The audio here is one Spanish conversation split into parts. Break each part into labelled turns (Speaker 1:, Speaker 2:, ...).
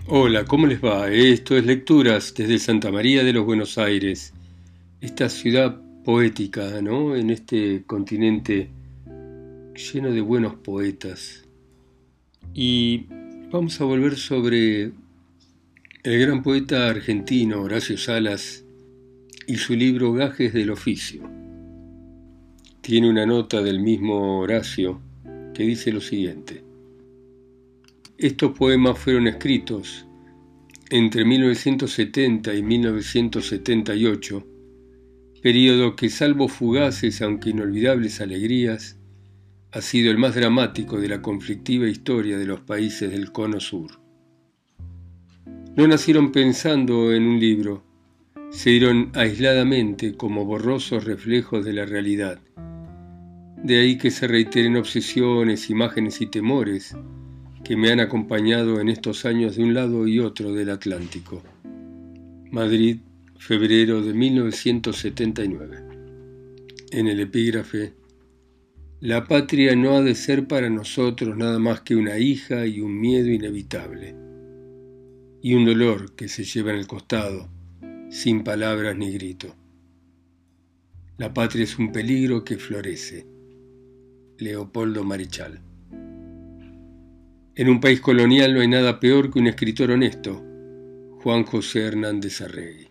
Speaker 1: Hola, ¿cómo les va? Esto es Lecturas desde Santa María de los Buenos Aires, esta ciudad poética, ¿no? En este continente lleno de buenos poetas. Y vamos a volver sobre el gran poeta argentino Horacio Salas y su libro Gajes del Oficio. Tiene una nota del mismo Horacio que dice lo siguiente. Estos poemas fueron escritos entre 1970 y 1978, período que, salvo fugaces aunque inolvidables alegrías, ha sido el más dramático de la conflictiva historia de los países del Cono Sur. No nacieron pensando en un libro, se dieron aisladamente como borrosos reflejos de la realidad. De ahí que se reiteren obsesiones, imágenes y temores que me han acompañado en estos años de un lado y otro del Atlántico. Madrid, febrero de 1979. En el epígrafe, la patria no ha de ser para nosotros nada más que una hija y un miedo inevitable, y un dolor que se lleva en el costado, sin palabras ni grito. La patria es un peligro que florece. Leopoldo Marichal. En un país colonial no hay nada peor que un escritor honesto. Juan José Hernández Arregui.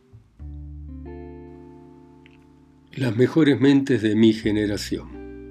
Speaker 1: Las mejores mentes de mi generación.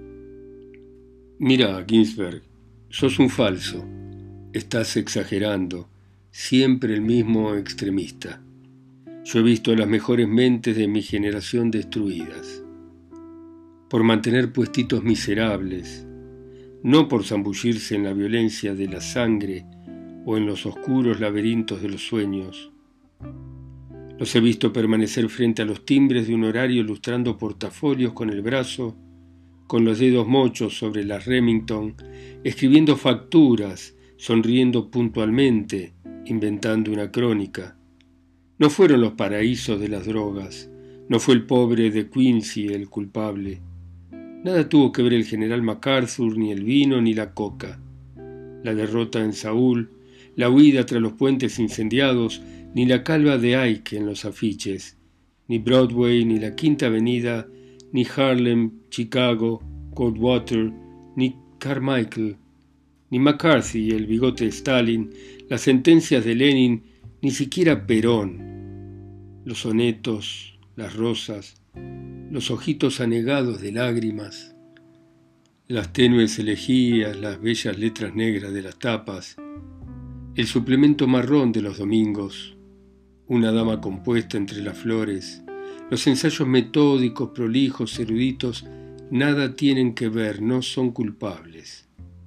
Speaker 1: Mira, Ginsberg, sos un falso. Estás exagerando. Siempre el mismo extremista. Yo he visto a las mejores mentes de mi generación destruidas. Por mantener puestitos miserables, no por zambullirse en la violencia de la sangre o en los oscuros laberintos de los sueños. Los he visto permanecer frente a los timbres de un horario lustrando portafolios con el brazo, con los dedos mochos sobre la Remington, escribiendo facturas, sonriendo puntualmente, inventando una crónica. No fueron los paraísos de las drogas, no fue el pobre de Quincy el culpable. Nada tuvo que ver el general MacArthur, ni el vino, ni la coca. La derrota en Saúl, la huida tras los puentes incendiados, ni la calva de Ike en los afiches, ni Broadway, ni la Quinta Avenida, ni Harlem, Chicago, Coldwater, ni Carmichael, ni McCarthy, el bigote de Stalin, las sentencias de Lenin, ni siquiera Perón. Los sonetos, las rosas, los ojitos anegados de lágrimas, las tenues elegías, las bellas letras negras de las tapas, el suplemento marrón de los domingos, una dama compuesta entre las flores, los ensayos metódicos, prolijos, eruditos, nada tienen que ver, no son culpables.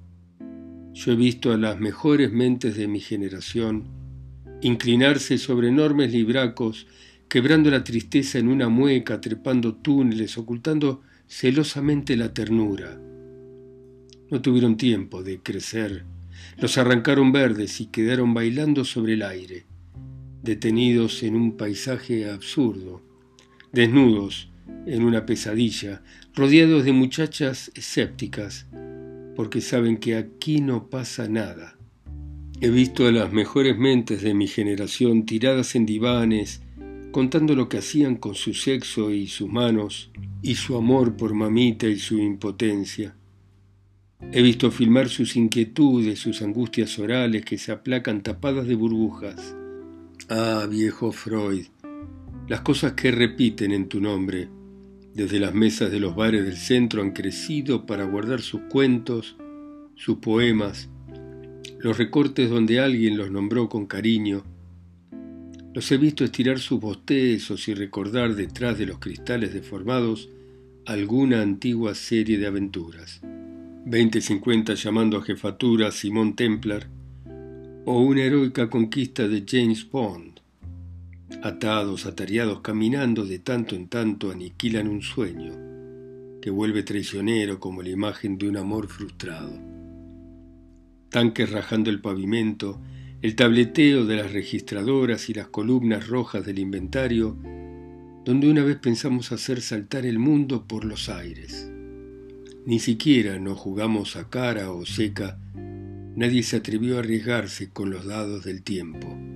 Speaker 1: Yo he visto a las mejores mentes de mi generación inclinarse sobre enormes libracos, quebrando la tristeza en una mueca, trepando túneles, ocultando celosamente la ternura. No tuvieron tiempo de crecer, los arrancaron verdes y quedaron bailando sobre el aire, detenidos en un paisaje absurdo, desnudos en una pesadilla, rodeados de muchachas escépticas, porque saben que aquí no pasa nada. He visto a las mejores mentes de mi generación tiradas en divanes, contando lo que hacían con su sexo y sus manos, y su amor por mamita y su impotencia. He visto filmar sus inquietudes, sus angustias orales que se aplacan tapadas de burbujas. Ah, viejo Freud, las cosas que repiten en tu nombre, desde las mesas de los bares del centro han crecido para guardar sus cuentos, sus poemas, los recortes donde alguien los nombró con cariño. Los he visto estirar sus bostezos y recordar detrás de los cristales deformados alguna antigua serie de aventuras. 2050 llamando a jefatura a Simón Templar, o una heroica conquista de James Bond. Atados, atareados, caminando de tanto en tanto aniquilan un sueño que vuelve traicionero como la imagen de un amor frustrado. Tanques rajando el pavimento, el tableteo de las registradoras y las columnas rojas del inventario, donde una vez pensamos hacer saltar el mundo por los aires. Ni siquiera nos jugamos a cara o seca, nadie se atrevió a arriesgarse con los dados del tiempo.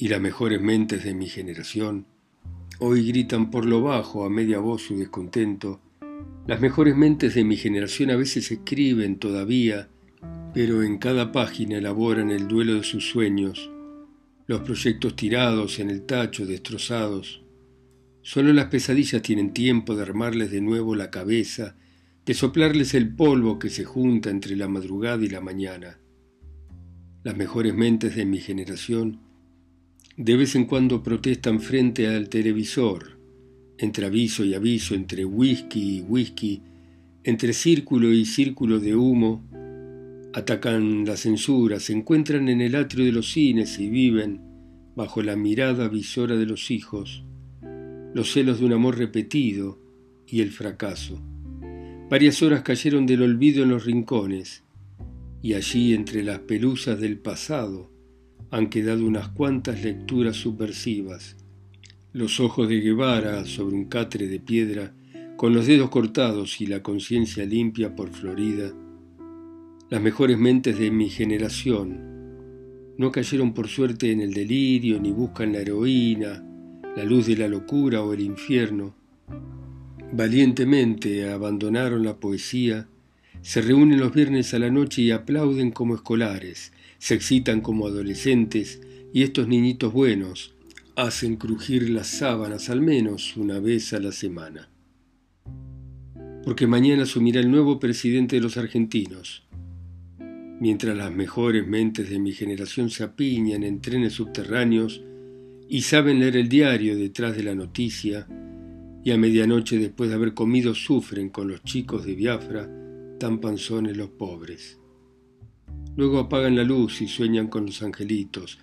Speaker 1: y las mejores mentes de mi generación hoy gritan por lo bajo a media voz su descontento. Las mejores mentes de mi generación a veces escriben todavía, pero en cada página elaboran el duelo de sus sueños, los proyectos tirados en el tacho, destrozados. Solo las pesadillas tienen tiempo de armarles de nuevo la cabeza, de soplarles el polvo que se junta entre la madrugada y la mañana. Las mejores mentes de mi generación de vez en cuando protestan frente al televisor, entre aviso y aviso, entre whisky y whisky, entre círculo y círculo de humo. Atacan la censura, se encuentran en el atrio de los cines y viven, bajo la mirada visora de los hijos, los celos de un amor repetido y el fracaso. Varias horas cayeron del olvido en los rincones, y allí entre las pelusas del pasado han quedado unas cuantas lecturas subversivas. Los ojos de Guevara sobre un catre de piedra, con los dedos cortados y la conciencia limpia por Florida. Las mejores mentes de mi generación no cayeron por suerte en el delirio, ni buscan la heroína, la luz de la locura o el infierno. Valientemente abandonaron la poesía, se reúnen los viernes a la noche y aplauden como escolares, se excitan como adolescentes, y estos niñitos buenos hacen crujir las sábanas al menos una vez a la semana. Porque mañana asumirá el nuevo presidente de los argentinos. Mientras las mejores mentes de mi generación se apiñan en trenes subterráneos y saben leer el diario detrás de la noticia, y a medianoche después de haber comido sufren con los chicos de Biafra, tan panzones los pobres. Luego apagan la luz y sueñan con los angelitos.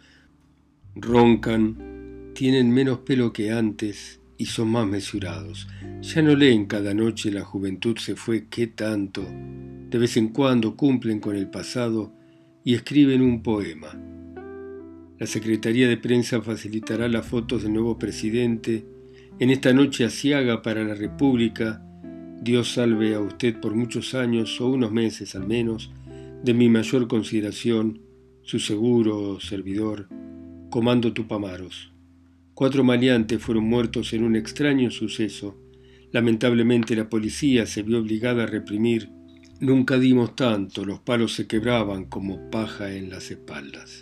Speaker 1: Roncan, tienen menos pelo que antes y son más mesurados. Ya no leen cada noche la juventud se fue, qué tanto. De vez en cuando cumplen con el pasado y escriben un poema. La Secretaría de Prensa facilitará las fotos del nuevo presidente. En esta noche aciaga para la República, Dios salve a usted por muchos años o unos meses al menos, de mi mayor consideración, su seguro servidor, Comando Tupamaros. 4 maleantes fueron muertos en un extraño suceso. Lamentablemente la policía se vio obligada a reprimir. Nunca dimos tanto, los palos se quebraban como paja en las espaldas.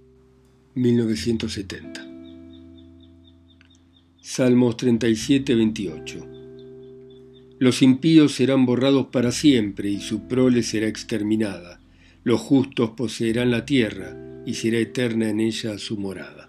Speaker 1: 1970. Salmos 37-28. Los impíos serán borrados para siempre y su prole será exterminada. Los justos poseerán la tierra y será eterna en ella su morada.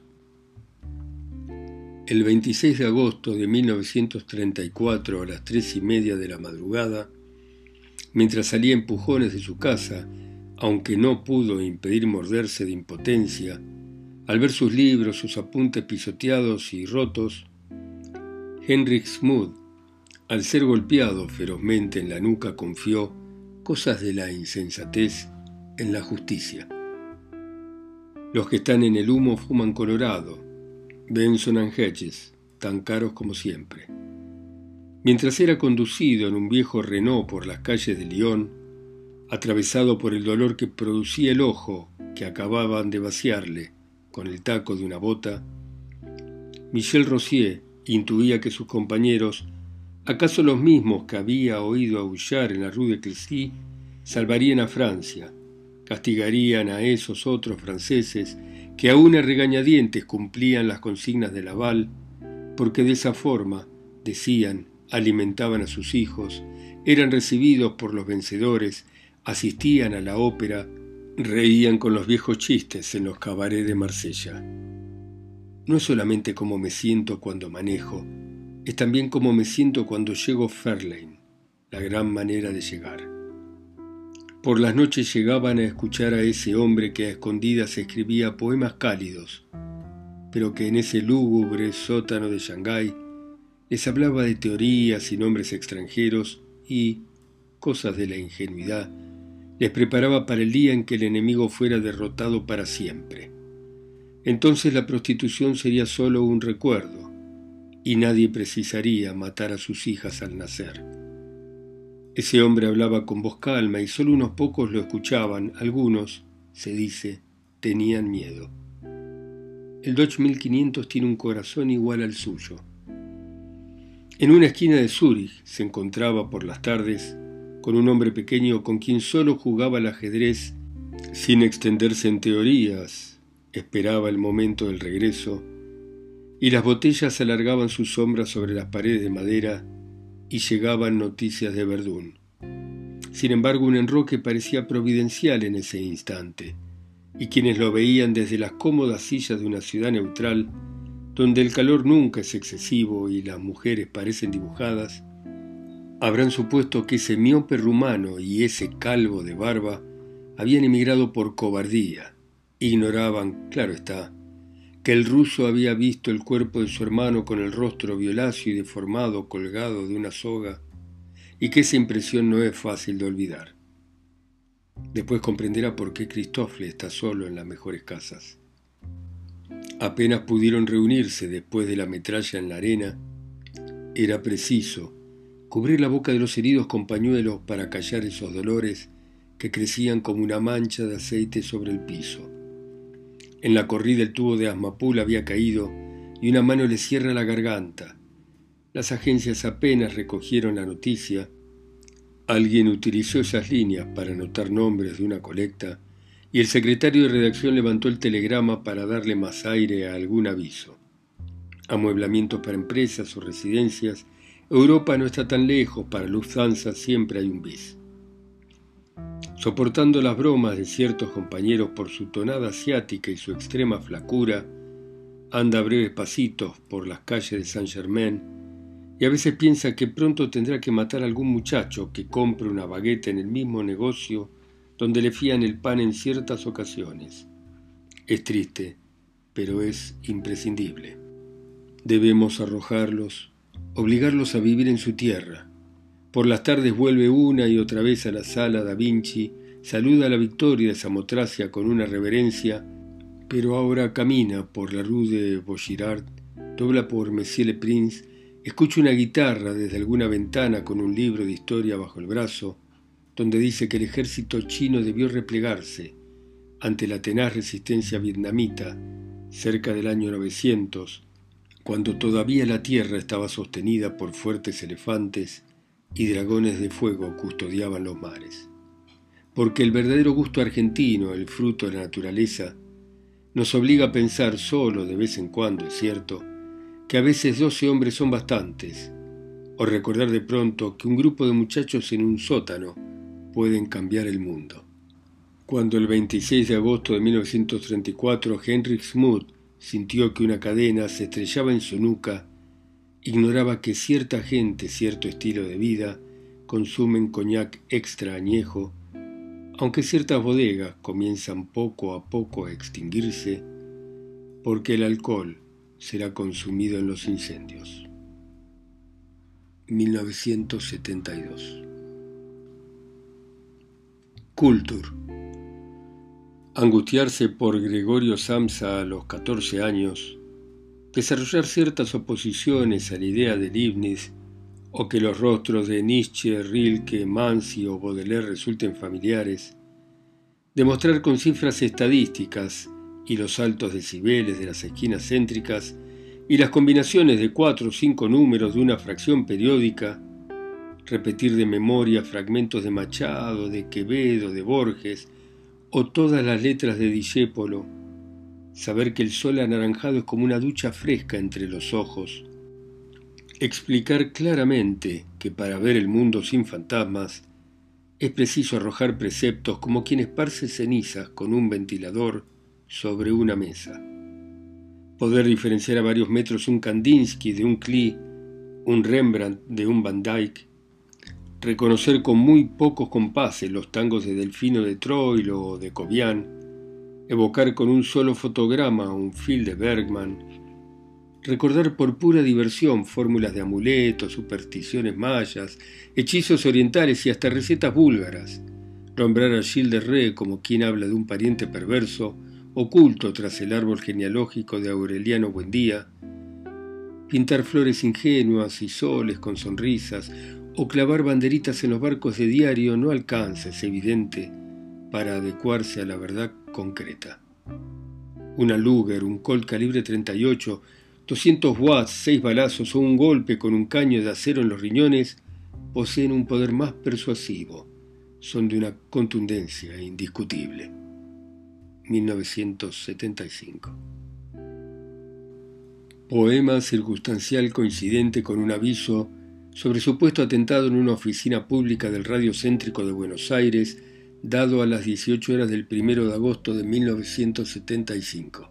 Speaker 1: El 26 de agosto de 1934 a las 3:30 de la madrugada, mientras salía a empujones de su casa, aunque no pudo impedir morderse de impotencia, al ver sus libros, sus apuntes pisoteados y rotos, Heinrich Smuth, al ser golpeado ferozmente en la nuca, confió, cosas de la insensatez, en la justicia. Los que están en el humo fuman colorado, Benson and Hedges, tan caros como siempre. Mientras era conducido en un viejo Renault por las calles de Lyon, atravesado por el dolor que producía el ojo que acababan de vaciarle con el taco de una bota, Michel Rosier intuía que sus compañeros, acaso los mismos que había oído aullar en la Rue de Clecy, salvarían a Francia, castigarían a esos otros franceses que aún a regañadientes cumplían las consignas de Laval, porque de esa forma, decían, alimentaban a sus hijos, eran recibidos por los vencedores, asistían a la ópera, reían con los viejos chistes en los cabarets de Marsella. No es solamente cómo me siento cuando manejo, es también cómo me siento cuando llego a Fairlane, la gran manera de llegar. Por las noches llegaban a escuchar a ese hombre que a escondidas escribía poemas cálidos, pero que en ese lúgubre sótano de Shanghái les hablaba de teorías y nombres extranjeros y, cosas de la ingenuidad, les preparaba para el día en que el enemigo fuera derrotado para siempre. Entonces la prostitución sería solo un recuerdo, y nadie precisaría matar a sus hijas al nacer. Ese hombre hablaba con voz calma y solo unos pocos lo escuchaban, algunos, se dice, tenían miedo. El Dodge 1500 tiene un corazón igual al suyo. En una esquina de Zúrich se encontraba por las tardes con un hombre pequeño con quien solo jugaba al ajedrez sin extenderse en teorías. Esperaba el momento del regreso y las botellas alargaban sus sombras sobre las paredes de madera y llegaban noticias de Verdún. Sin embargo, un enroque parecía providencial en ese instante, y quienes lo veían desde las cómodas sillas de una ciudad neutral, donde el calor nunca es excesivo y las mujeres parecen dibujadas, habrán supuesto que ese miope rumano y ese calvo de barba habían emigrado por cobardía. Ignoraban, claro está, que el ruso había visto el cuerpo de su hermano con el rostro violáceo y deformado colgado de una soga, y que esa impresión no es fácil de olvidar. Después comprenderá por qué Christoffel está solo en las mejores casas. Apenas pudieron reunirse después de la metralla en la arena, era preciso cubrir la boca de los heridos con pañuelos para callar esos dolores que crecían como una mancha de aceite sobre el piso. En la corrida el tubo de Asmapul había caído y una mano le cierra la garganta. Las agencias apenas recogieron la noticia. Alguien utilizó esas líneas para anotar nombres de una colecta y el secretario de redacción levantó el telegrama para darle más aire a algún aviso. Amueblamientos para empresas o residencias. Europa no está tan lejos, para Lufthansa siempre hay un bis. Soportando las bromas de ciertos compañeros por su tonada asiática y su extrema flacura, anda a breves pasitos por las calles de Saint-Germain y a veces piensa que pronto tendrá que matar a algún muchacho que compre una baguette en el mismo negocio donde le fían el pan en ciertas ocasiones. Es triste, pero es imprescindible. Debemos arrojarlos, obligarlos a vivir en su tierra. Por las tardes vuelve una y otra vez a la sala Da Vinci, saluda a la victoria de Samotracia con una reverencia, pero ahora camina por la rue de Vaugirard, dobla por Monsieur le Prince, escucha una guitarra desde alguna ventana con un libro de historia bajo el brazo, donde dice que el ejército chino debió replegarse ante la tenaz resistencia vietnamita cerca del año 900, cuando todavía la tierra estaba sostenida por fuertes elefantes y dragones de fuego custodiaban los mares. Porque el verdadero gusto argentino, el fruto de la naturaleza, nos obliga a pensar solo de vez en cuando, es cierto, que a veces 12 hombres son bastantes, o recordar de pronto que un grupo de muchachos en un sótano pueden cambiar el mundo. Cuando el 26 de agosto de 1934 Heinrich Smuth sintió que una cadena se estrellaba en su nuca, ignoraba que cierta gente, cierto estilo de vida, consumen coñac extra añejo, aunque ciertas bodegas comienzan poco a poco a extinguirse, porque el alcohol será consumido en los incendios. 1972. Kultur. Angustiarse por Gregorio Samsa a los 14 años, desarrollar ciertas oposiciones a la idea de Leibniz, o que los rostros de Nietzsche, Rilke, Mansi o Baudelaire resulten familiares, demostrar con cifras estadísticas y los altos decibeles de las esquinas céntricas y las combinaciones de 4 o 5 números de una fracción periódica, repetir de memoria fragmentos de Machado, de Quevedo, de Borges, o todas las letras de Discépolo, saber que el sol anaranjado es como una ducha fresca entre los ojos, explicar claramente que para ver el mundo sin fantasmas es preciso arrojar preceptos como quien esparce cenizas con un ventilador sobre una mesa, poder diferenciar a varios metros un Kandinsky de un Klee, un Rembrandt de un Van Dyck, reconocer con muy pocos compases los tangos de Delfino de Troilo o de Cobian, evocar con un solo fotograma un film de Bergman, recordar por pura diversión fórmulas de amuletos, supersticiones mayas, hechizos orientales y hasta recetas búlgaras, nombrar a Gilles de Rais como quien habla de un pariente perverso oculto tras el árbol genealógico de Aureliano Buendía, pintar flores ingenuas y soles con sonrisas o clavar banderitas en los barcos de diario no alcanza, es evidente, para adecuarse a la verdad concreta. Una Luger, un Colt calibre 38, 200 watts, 6 balazos o un golpe con un caño de acero en los riñones poseen un poder más persuasivo. Son de una contundencia indiscutible. 1975. Poema circunstancial coincidente con un aviso sobre supuesto atentado en una oficina pública del Radio Céntrico de Buenos Aires, dado a las 18 horas del 1 de agosto de 1975.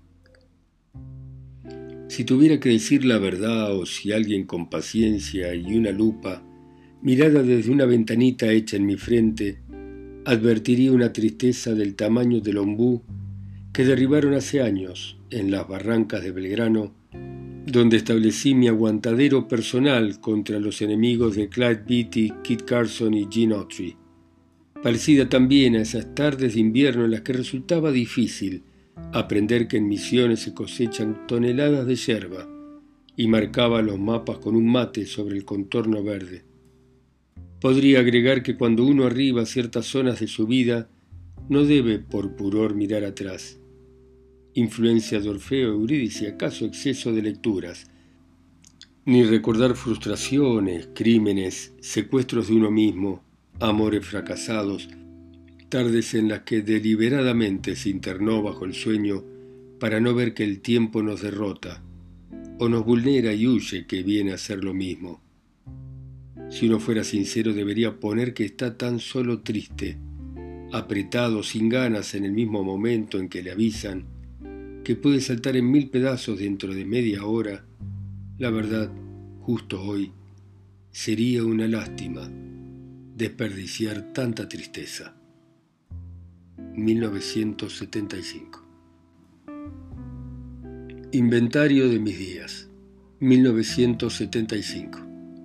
Speaker 1: Si tuviera que decir la verdad, o si alguien con paciencia y una lupa mirara desde una ventanita hecha en mi frente, advertiría una tristeza del tamaño del ombú que derribaron hace años en las barrancas de Belgrano, donde establecí mi aguantadero personal contra los enemigos de Clyde Beatty, Kit Carson y Gene Autry, parecida también a esas tardes de invierno en las que resultaba difícil aprender que en Misiones se cosechan toneladas de yerba, y marcaba los mapas con un mate sobre el contorno verde. Podría agregar que cuando uno arriba ciertas zonas de su vida, no debe por pudor mirar atrás. Influencia de Orfeo, Eurídice y acaso exceso de lecturas, ni recordar frustraciones, crímenes, secuestros de uno mismo, amores fracasados, tardes en las que deliberadamente se internó bajo el sueño para no ver que el tiempo nos derrota, o nos vulnera y huye, que viene a ser lo mismo. Si uno fuera sincero, debería poner que está tan solo triste, apretado, sin ganas en el mismo momento en que le avisan que puede saltar en 1000 pedazos dentro de media hora. La verdad, justo hoy, sería una lástima desperdiciar tanta tristeza. 1975. Inventario de mis días. 1975.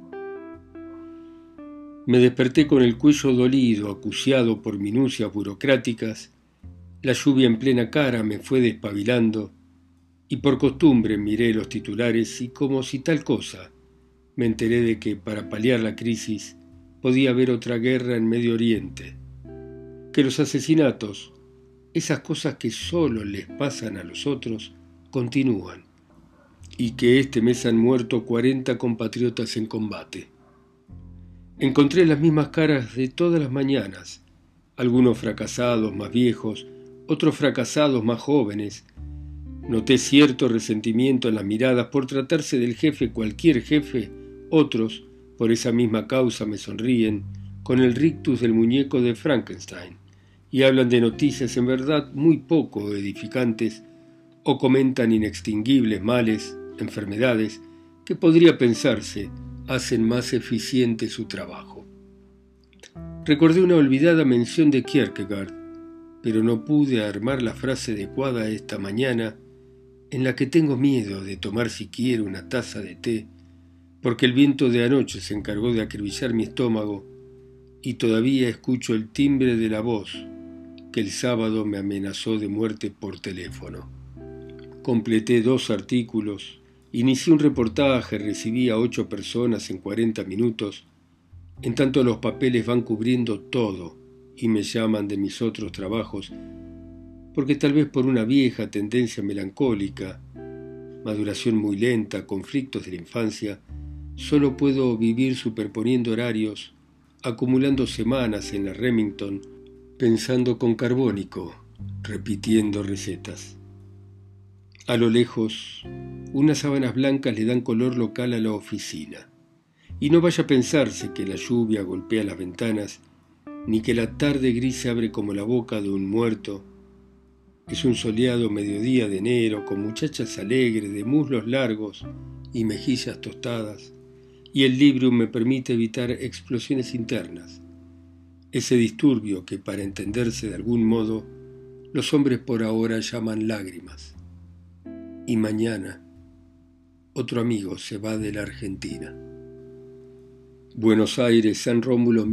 Speaker 1: Me desperté con el cuello dolido, acuciado por minucias burocráticas. La lluvia en plena cara me fue despabilando y por costumbre miré los titulares y, como si tal cosa, me enteré de que para paliar la crisis podía haber otra guerra en Medio Oriente, que los asesinatos, esas cosas que solo les pasan a los otros, continúan, y que este mes han muerto 40 compatriotas en combate. Encontré las mismas caras de todas las mañanas, algunos fracasados más viejos, otros fracasados más jóvenes. Noté cierto resentimiento en las miradas por tratarse del jefe, cualquier jefe. Otros, por esa misma causa, me sonríen con el rictus del muñeco de Frankenstein y hablan de noticias en verdad muy poco edificantes o comentan inextinguibles males, enfermedades, que podría pensarse hacen más eficiente su trabajo. Recordé una olvidada mención de Kierkegaard, pero no pude armar la frase adecuada esta mañana, en la que tengo miedo de tomar siquiera una taza de té, porque el viento de anoche se encargó de acribillar mi estómago y todavía escucho el timbre de la voz que el sábado me amenazó de muerte por teléfono. Completé 2 artículos, inicié un reportaje, recibí a 8 personas en 40 minutos, en tanto los papeles van cubriendo todo y me llaman de mis otros trabajos, porque tal vez por una vieja tendencia melancólica, maduración muy lenta, conflictos de la infancia, solo puedo vivir superponiendo horarios, acumulando semanas en la Remington, pensando con carbónico, repitiendo recetas. A lo lejos, unas sábanas blancas le dan color local a la oficina. Y no vaya a pensarse que la lluvia golpea las ventanas, ni que la tarde gris se abre como la boca de un muerto. Es un soleado mediodía de enero, con muchachas alegres, de muslos largos y mejillas tostadas, y el Librium me permite evitar explosiones internas, ese disturbio que, para entenderse de algún modo, los hombres por ahora llaman lágrimas. Y mañana, otro amigo se va de la Argentina. Buenos Aires, San Rómulo,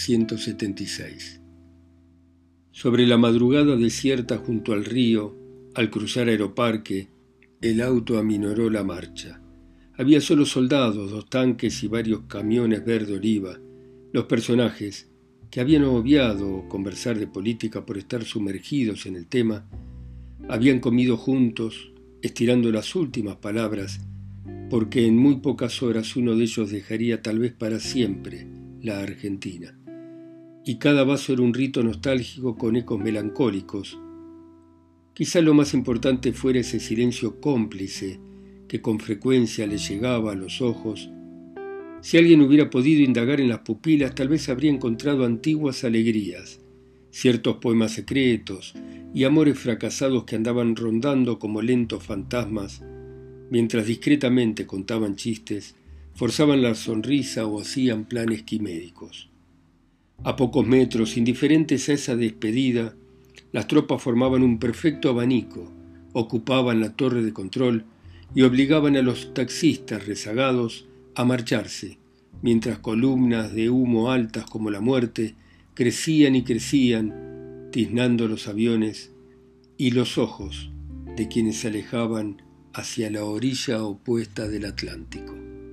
Speaker 1: 1976. Sobre la madrugada desierta junto al río, al cruzar Aeroparque, el auto aminoró la marcha. Había solo soldados, 2 tanques y varios camiones verde oliva. Los personajes, que habían obviado conversar de política por estar sumergidos en el tema, Habían comido juntos, estirando las últimas palabras, porque en muy pocas horas uno de ellos dejaría tal vez para siempre la Argentina. Y cada vaso era un rito nostálgico con ecos melancólicos. Quizá lo más importante fuera ese silencio cómplice que con frecuencia le llegaba a los ojos. Si alguien hubiera podido indagar en las pupilas, tal vez habría encontrado antiguas alegrías, ciertos poemas secretos y amores fracasados que andaban rondando como lentos fantasmas, mientras discretamente contaban chistes, forzaban la sonrisa o hacían planes quiméricos. A pocos metros, indiferentes a esa despedida, las tropas formaban un perfecto abanico, ocupaban la torre de control y obligaban a los taxistas rezagados a marcharse, mientras columnas de humo altas como la muerte crecían y crecían, tiznando los aviones y los ojos de quienes se alejaban hacia la orilla opuesta del Atlántico.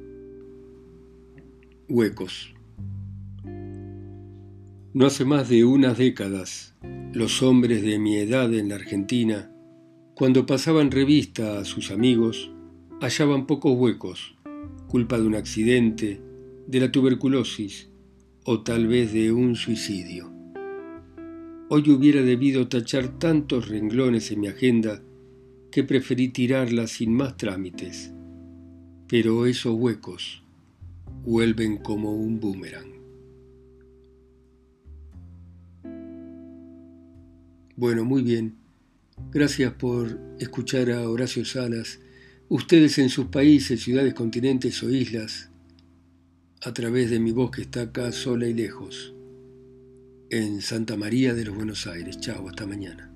Speaker 1: Huecos. No hace más de unas décadas, los hombres de mi edad en la Argentina, cuando pasaban revista a sus amigos, hallaban pocos huecos, culpa de un accidente, de la tuberculosis o tal vez de un suicidio. Hoy hubiera debido tachar tantos renglones en mi agenda que preferí tirarla sin más trámites, pero esos huecos vuelven como un boomerang. Bueno, muy bien. Gracias por escuchar a Horacio Salas. Ustedes en sus países, ciudades, continentes o islas, a través de mi voz que está acá sola y lejos, en Santa María de los Buenos Aires. Chao, hasta mañana.